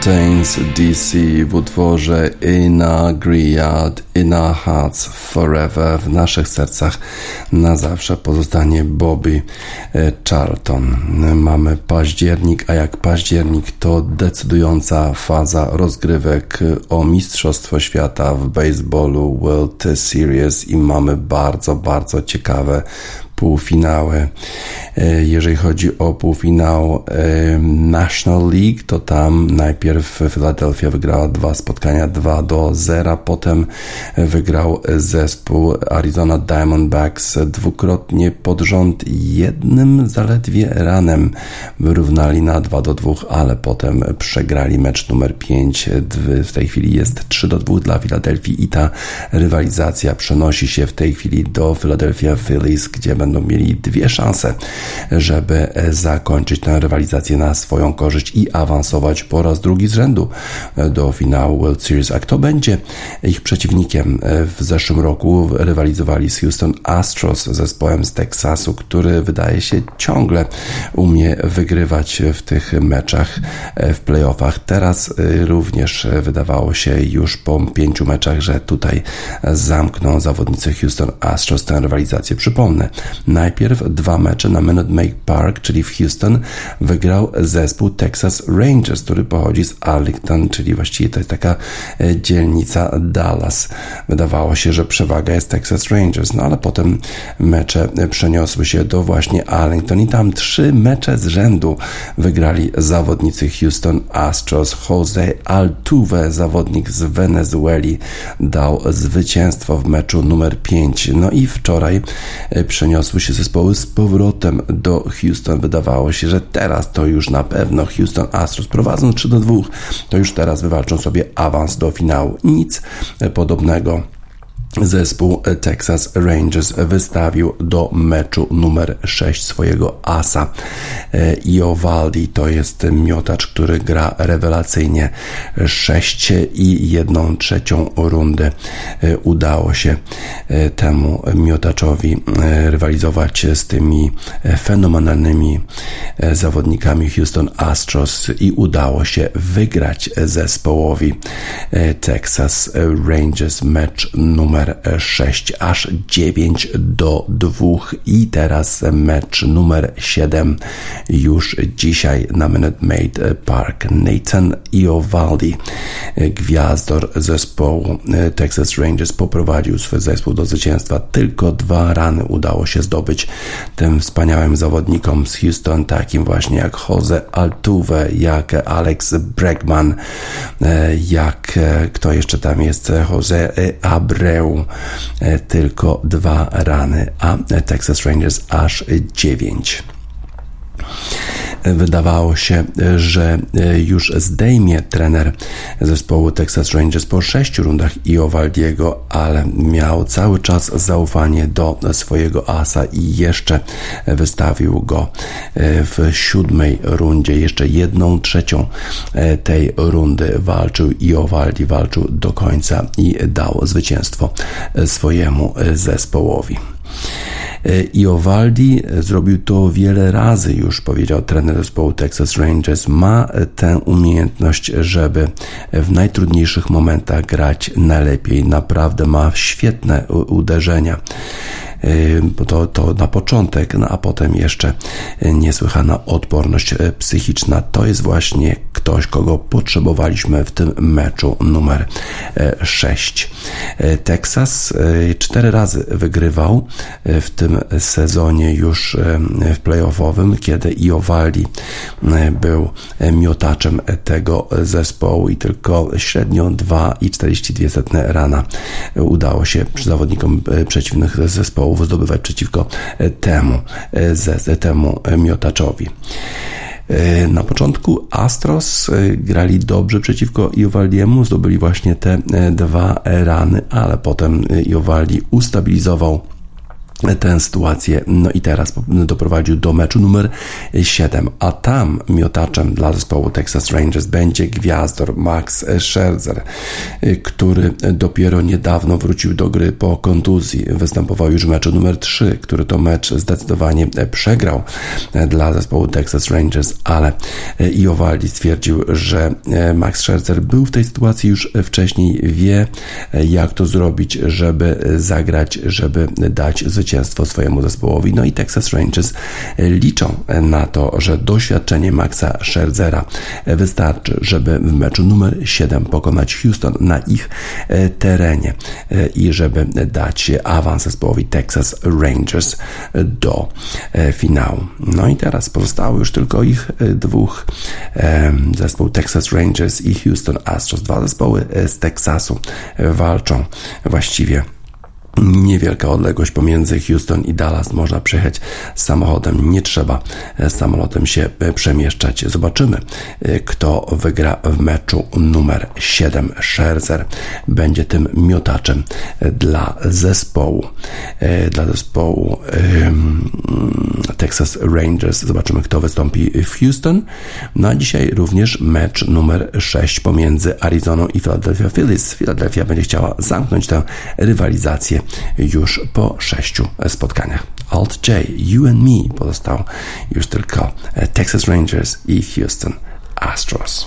Speaker 1: Fontaines DC w utworze In Our Griad, In Our Hearts Forever. W naszych sercach na zawsze pozostanie Bobby Charlton. Mamy październik, a jak październik to decydująca faza rozgrywek o Mistrzostwo Świata w baseballu World Series i mamy bardzo, bardzo ciekawe półfinały. Jeżeli chodzi o półfinał National League, to tam najpierw Philadelphia wygrała 2 spotkania 2-0, potem wygrał zespół Arizona Diamondbacks dwukrotnie pod rząd, jednym zaledwie ranem wyrównali na 2-2, ale potem przegrali mecz numer 5. W tej chwili jest 3-2 dla Filadelfii i ta rywalizacja przenosi się w tej chwili do Philadelphia Phillies, gdzie będą mieli 2 szanse, żeby zakończyć tę rywalizację na swoją korzyść i awansować po raz drugi z rzędu do finału World Series. A kto będzie ich przeciwnikiem? W zeszłym roku rywalizowali z Houston Astros, zespołem z Teksasu, który wydaje się ciągle umie wygrywać w tych meczach w playoffach. Teraz również wydawało się już po 5 meczach, że tutaj zamkną zawodnicy Houston Astros tę rywalizację. Przypomnę, najpierw 2 mecze na Minute Maid Park, czyli w Houston, wygrał zespół Texas Rangers, który pochodzi z Arlington, czyli właściwie to jest taka dzielnica Dallas. Wydawało się, że przewaga jest Texas Rangers, no ale potem mecze przeniosły się do właśnie Arlington i tam 3 mecze z rzędu wygrali zawodnicy Houston Astros. Jose Altuve, zawodnik z Wenezueli, dał zwycięstwo w meczu numer 5. No i wczoraj przeniosły się zespoły z powrotem do Houston. Wydawało się, że teraz to już na pewno Houston Astros prowadzą 3-2, to już teraz wywalczą sobie awans do finału. Nic podobnego zespół Texas Rangers wystawił do meczu numer 6 swojego asa. Eovaldi to jest miotacz, który gra rewelacyjnie. 6,1/3 rundy udało się temu miotaczowi rywalizować z tymi fenomenalnymi zawodnikami Houston Astros i udało się wygrać zespołowi Texas Rangers mecz numer 6, aż 9-2 i teraz mecz numer 7 już dzisiaj na Minute Maid Park. Nathan Eovaldi, gwiazdor zespołu Texas Rangers, poprowadził swój zespół do zwycięstwa. Tylko 2 rany udało się zdobyć tym wspaniałym zawodnikom z Houston, takim właśnie jak Jose Altuve, jak Alex Bregman, jak kto jeszcze tam jest, Jose Abreu. Tylko 2 rany, a Texas Rangers aż 9. Wydawało się, że już zdejmie trener zespołu Texas Rangers po 6 rundach Eovaldiego, ale miał cały czas zaufanie do swojego asa i jeszcze wystawił go w 7 rundzie. Jeszcze 1/3 tej rundy walczył Eovaldi, walczył do końca i dał zwycięstwo swojemu zespołowi. Eovaldi zrobił to wiele razy już, powiedział trener zespołu Texas Rangers. Ma tę umiejętność, żeby w najtrudniejszych momentach grać najlepiej. Naprawdę ma świetne uderzenia. To na początek, no a potem jeszcze niesłychana odporność psychiczna. To jest właśnie ktoś, kogo potrzebowaliśmy w tym meczu numer 6. Texas 4 razy wygrywał w tym sezonie już w playoffowym, kiedy Eovaldi był miotaczem tego zespołu i tylko średnio 2,42 rana udało się zawodnikom przeciwnych zespołów zdobywać przeciwko temu miotaczowi. Na początku Astros grali dobrze przeciwko Eovaldiemu, zdobyli właśnie te 2 rany, ale potem Eovaldi ustabilizował tę sytuację. No i teraz doprowadził do meczu numer 7, a tam miotaczem dla zespołu Texas Rangers będzie gwiazdor Max Scherzer, który dopiero niedawno wrócił do gry po kontuzji. Występował już w meczu numer 3, który to mecz zdecydowanie przegrał dla zespołu Texas Rangers, ale Eovaldi stwierdził, że Max Scherzer był w tej sytuacji już wcześniej, wie jak to zrobić, żeby zagrać, żeby dać zwycięstwo swojemu zespołowi. No i Texas Rangers liczą na to, że doświadczenie Maxa Scherzera wystarczy, żeby w meczu numer 7 pokonać Houston na ich terenie i żeby dać awans zespołowi Texas Rangers do finału. No i teraz pozostało już tylko ich dwóch, zespół Texas Rangers i Houston Astros. Dwa zespoły z Teksasu walczą właściwie. Niewielka odległość pomiędzy Houston i Dallas, można przejechać samochodem, nie trzeba samolotem się przemieszczać. Zobaczymy, kto wygra w meczu numer 7. Scherzer będzie tym miotaczem dla zespołu Texas Rangers. Zobaczymy, kto wystąpi w Houston. No a dzisiaj również mecz numer 6 pomiędzy Arizoną i Philadelphia Phillies. Philadelphia będzie chciała zamknąć tę rywalizację już po 6 spotkaniach. Alt J, You and Me, pozostał już tylko Texas Rangers i Houston Astros.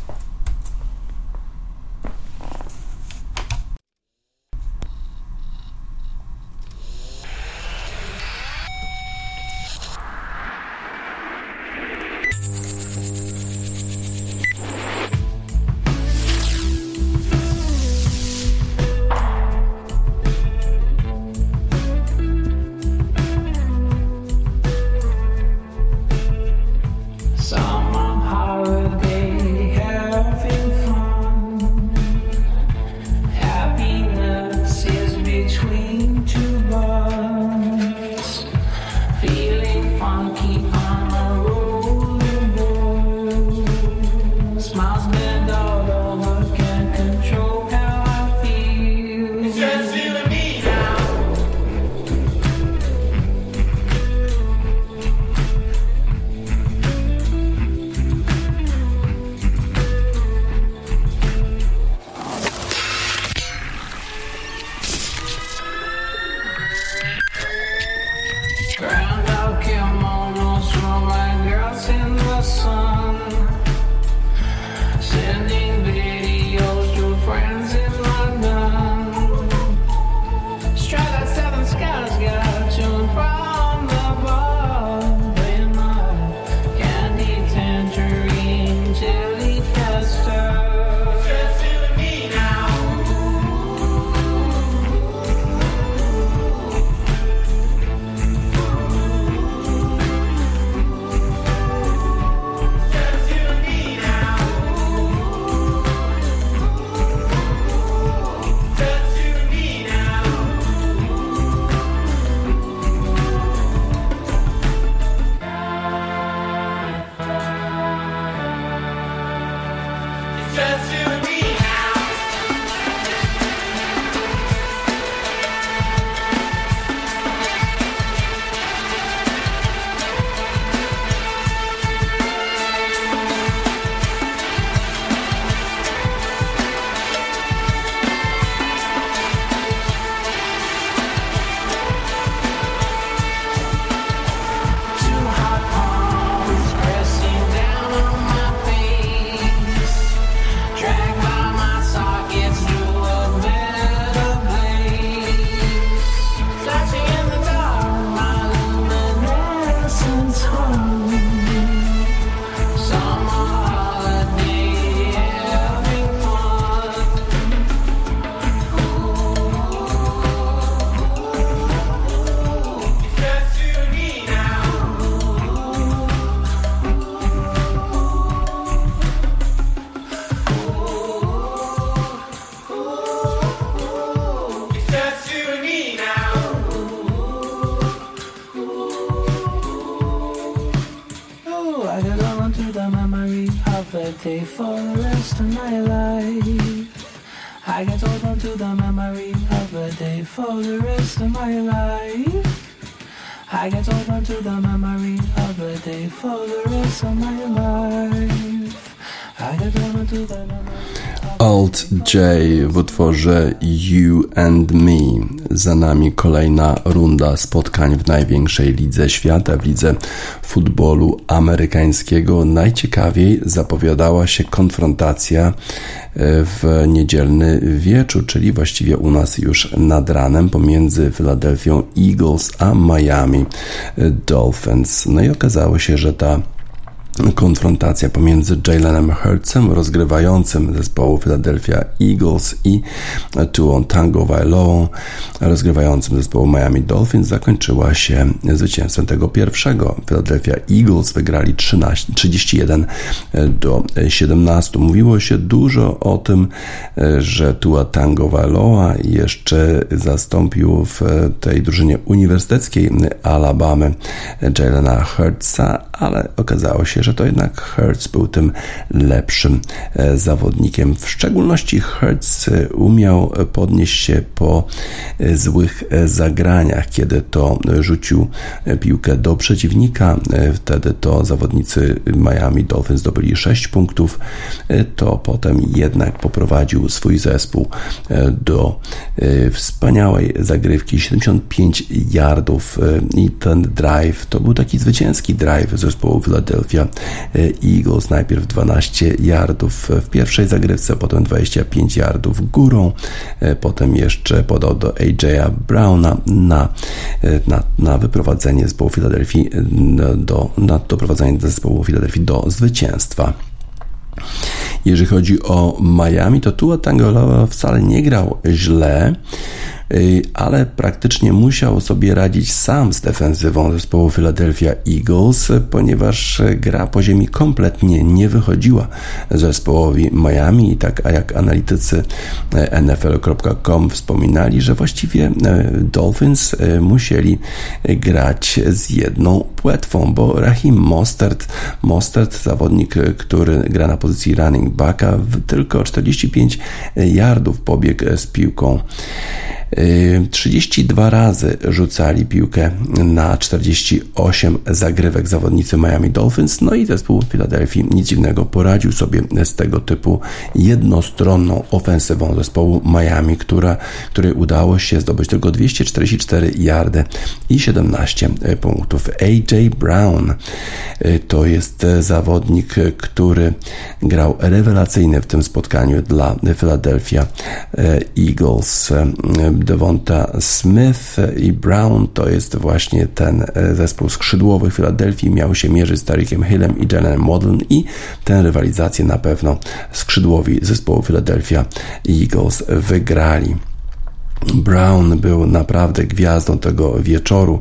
Speaker 5: day for the rest of my life. I can hold on to the memory of a day for the rest of my life. I get open to the memory of a day for the rest of my life. I get open to the memory.
Speaker 1: Alt J w utworze You and Me. Za nami kolejna runda spotkań w największej lidze świata, w lidze futbolu amerykańskiego. Najciekawiej zapowiadała się konfrontacja w niedzielny wieczór, czyli właściwie u nas już nad ranem, pomiędzy Philadelphia Eagles a Miami Dolphins. No i okazało się, że ta konfrontacja pomiędzy Jalenem Hurtsem, rozgrywającym zespołu Philadelphia Eagles, i Tua Tagovailoa, rozgrywającym zespołu Miami Dolphins, zakończyła się zwycięstwem tego pierwszego. Philadelphia Eagles wygrali 31-17. Mówiło się dużo o tym, że Tua Tagovailoa jeszcze zastąpił w tej drużynie uniwersyteckiej Alabamy Jalena Hurtsa, ale okazało się, że to jednak Hurts był tym lepszym zawodnikiem. W szczególności Hurts umiał podnieść się po złych zagraniach, kiedy to rzucił piłkę do przeciwnika. Wtedy to zawodnicy Miami Dolphins zdobyli 6 punktów. To potem jednak poprowadził swój zespół do wspaniałej zagrywki, 75 yardów, i ten drive to był taki zwycięski drive zespołu Philadelphia Eagles. Najpierw 12 yardów w pierwszej zagrywce, potem 25 yardów górą, potem jeszcze podał do A.J. Browna na wyprowadzenie zespołu Filadelfii na doprowadzenie zespołu Filadelfii do zwycięstwa. Jeżeli chodzi o Miami, to Tua Tagovailoa wcale nie grał źle, ale praktycznie musiał sobie radzić sam z defensywą zespołu Philadelphia Eagles, ponieważ gra po ziemi kompletnie nie wychodziła zespołowi Miami, i tak jak analitycy NFL.com wspominali, że właściwie Dolphins musieli grać z jedną płetwą, bo Raheem Mostert, zawodnik, który gra na pozycji running backa, tylko 45 yardów pobiegł z piłką. 32 razy rzucali piłkę na 48 zagrywek zawodnicy Miami Dolphins, no i zespół Filadelfii, nic dziwnego, poradził sobie z tego typu jednostronną ofensywą zespołu Miami, której udało się zdobyć tylko 244 yardy i 17 punktów. A.J. Brown to jest zawodnik, który grał rewelacyjnie w tym spotkaniu dla Philadelphia Eagles. Devonta Smith i Brown to jest właśnie ten zespół skrzydłowych Filadelfii. Miał się mierzyć z Tarikiem Hillem i Jalenem Waddle, i tę rywalizację na pewno skrzydłowi zespołu Philadelphia Eagles wygrali. Brown był naprawdę gwiazdą tego wieczoru.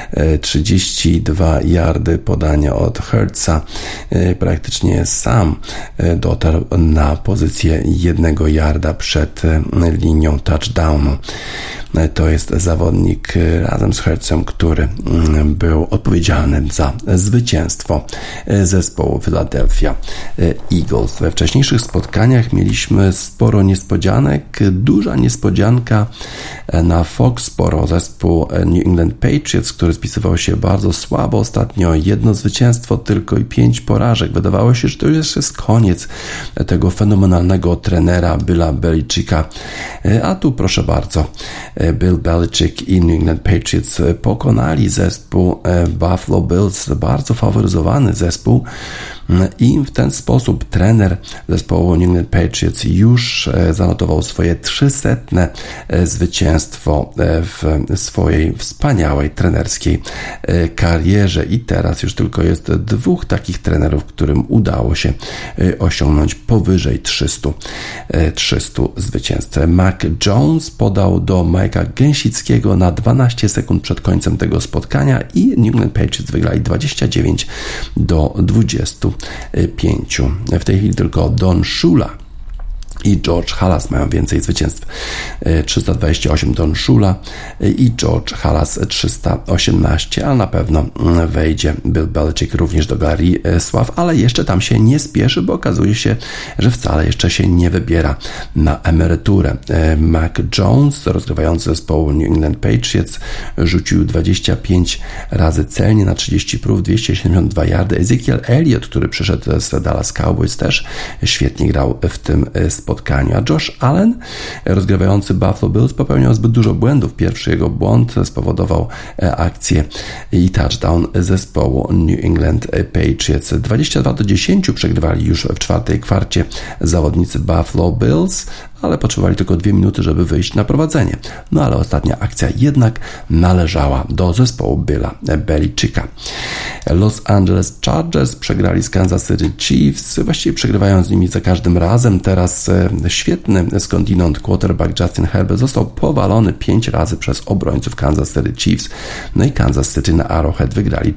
Speaker 1: 32 yardy podania od Hurtsa. Praktycznie sam dotarł na pozycję 1 yarda przed linią touchdownu. To jest zawodnik razem z Hurtsem, który był odpowiedzialny za zwycięstwo zespołu Philadelphia Eagles. We wcześniejszych spotkaniach mieliśmy sporo niespodzianek. Duża niespodzianka na Foxboro, zespół New England Patriots, który spisywał się bardzo słabo ostatnio. 1 zwycięstwo tylko i 5 porażek. Wydawało się, że to już jest koniec tego fenomenalnego trenera Billa Belichicka. A tu proszę bardzo, Bill Belichick i New England Patriots pokonali zespół Buffalo Bills, bardzo faworyzowany zespół, i w ten sposób trener zespołu New England Patriots już zanotował swoje 300. zwycięstwo w swojej wspaniałej trenerskiej karierze, i teraz już tylko jest 2 takich trenerów, którym udało się osiągnąć powyżej 300 zwycięstw. Mac Jones podał do Mike'a Gęsickiego na 12 sekund przed końcem tego spotkania i New England Patriots wygrali 29-25. W tej chwili tylko Don Shula i George Halas mają więcej zwycięstw. 328 Don Shula i George Halas 318, ale na pewno wejdzie Bill Belichick również do galerii sław, ale jeszcze tam się nie spieszy, bo okazuje się, że wcale jeszcze się nie wybiera na emeryturę. Mac Jones, rozgrywający zespołu New England Patriots, rzucił 25 razy celnie na 30 prób, 272 yardy. Ezekiel Elliott, który przyszedł z Dallas Cowboys, też świetnie grał w tym spotkaniu. A Josh Allen, rozgrywający Buffalo Bills, popełniał zbyt dużo błędów. Pierwszy jego błąd spowodował akcję i touchdown zespołu New England Patriots. 22-10 przegrywali już w czwartej kwarcie zawodnicy Buffalo Bills, ale potrzebowali tylko 2 minuty, żeby wyjść na prowadzenie. No ale ostatnia akcja jednak należała do zespołu Billa Belichicka. Los Angeles Chargers przegrali z Kansas City Chiefs, właściwie przegrywają z nimi za każdym razem. Teraz świetny skądinąd quarterback Justin Herbert został powalony 5 razy przez obrońców Kansas City Chiefs. No i Kansas City na Arrowhead wygrali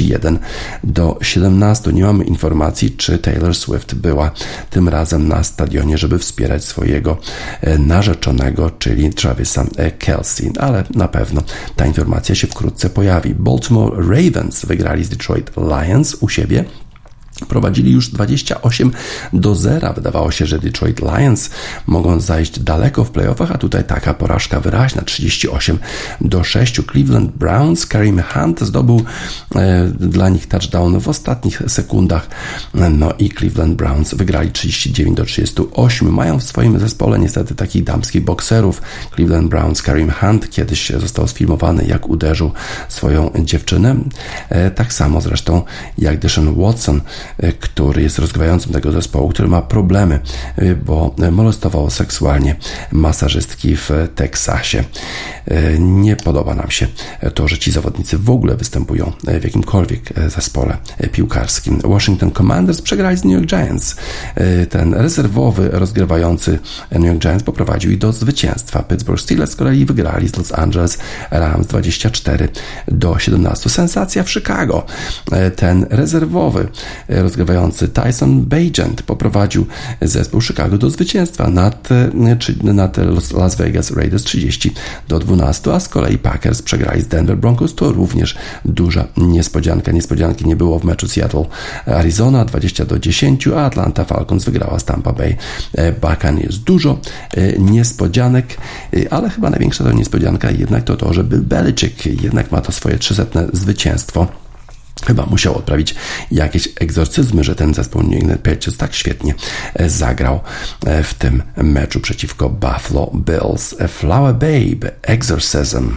Speaker 1: 31-17. Nie mamy informacji, czy Taylor Swift była tym razem na stadionie, żeby wspierać swojego narzeczonego, czyli Travisa Kelce, ale na pewno ta informacja się wkrótce pojawi. Baltimore Ravens wygrali z Detroit Lions u siebie. Prowadzili już 28-0. Wydawało się, że Detroit Lions mogą zajść daleko w playoffach, a tutaj taka porażka wyraźna, 38-6. Cleveland Browns, Kareem Hunt zdobył dla nich touchdown w ostatnich sekundach, no i Cleveland Browns wygrali 39-38. Mają w swoim zespole niestety takich damskich bokserów. Cleveland Browns, Kareem Hunt kiedyś został sfilmowany, jak uderzył swoją dziewczynę, tak samo zresztą jak Deshaun Watson, który jest rozgrywającym tego zespołu, który ma problemy, bo molestował seksualnie masażystki w Teksasie. Nie podoba nam się to, że ci zawodnicy w ogóle występują w jakimkolwiek zespole piłkarskim. Washington Commanders przegrali z New York Giants. Ten rezerwowy rozgrywający New York Giants poprowadził ich do zwycięstwa. Pittsburgh Steelers z kolei wygrali z Los Angeles Rams 24-17. Sensacja w Chicago. Ten rezerwowy rozgrywający Tyson Bagent poprowadził zespół Chicago do zwycięstwa nad Las Vegas Raiders 30-12, a z kolei Packers przegrali z Denver Broncos. To również duża niespodzianka. Niespodzianki nie było w meczu Seattle-Arizona 20-10, a Atlanta Falcons wygrała z Tampa Bay Buccaneers. Dużo niespodzianek, ale chyba największa to niespodzianka jednak to, że Bill Belichick jednak ma to swoje 300. zwycięstwo. Chyba musiał odprawić jakieś egzorcyzmy, że ten zespół New England Patriots tak świetnie zagrał w tym meczu przeciwko Buffalo Bills. Flower Babe, Exorcism.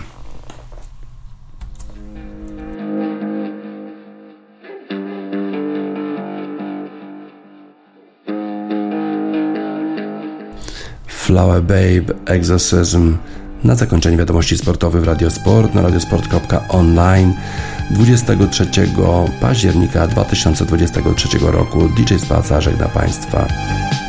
Speaker 1: Flower Babe, Exorcism. Na zakończenie wiadomości sportowych w Radiosport na radiosport.online 23 października 2023 roku. DJ Spaca żegna Państwa.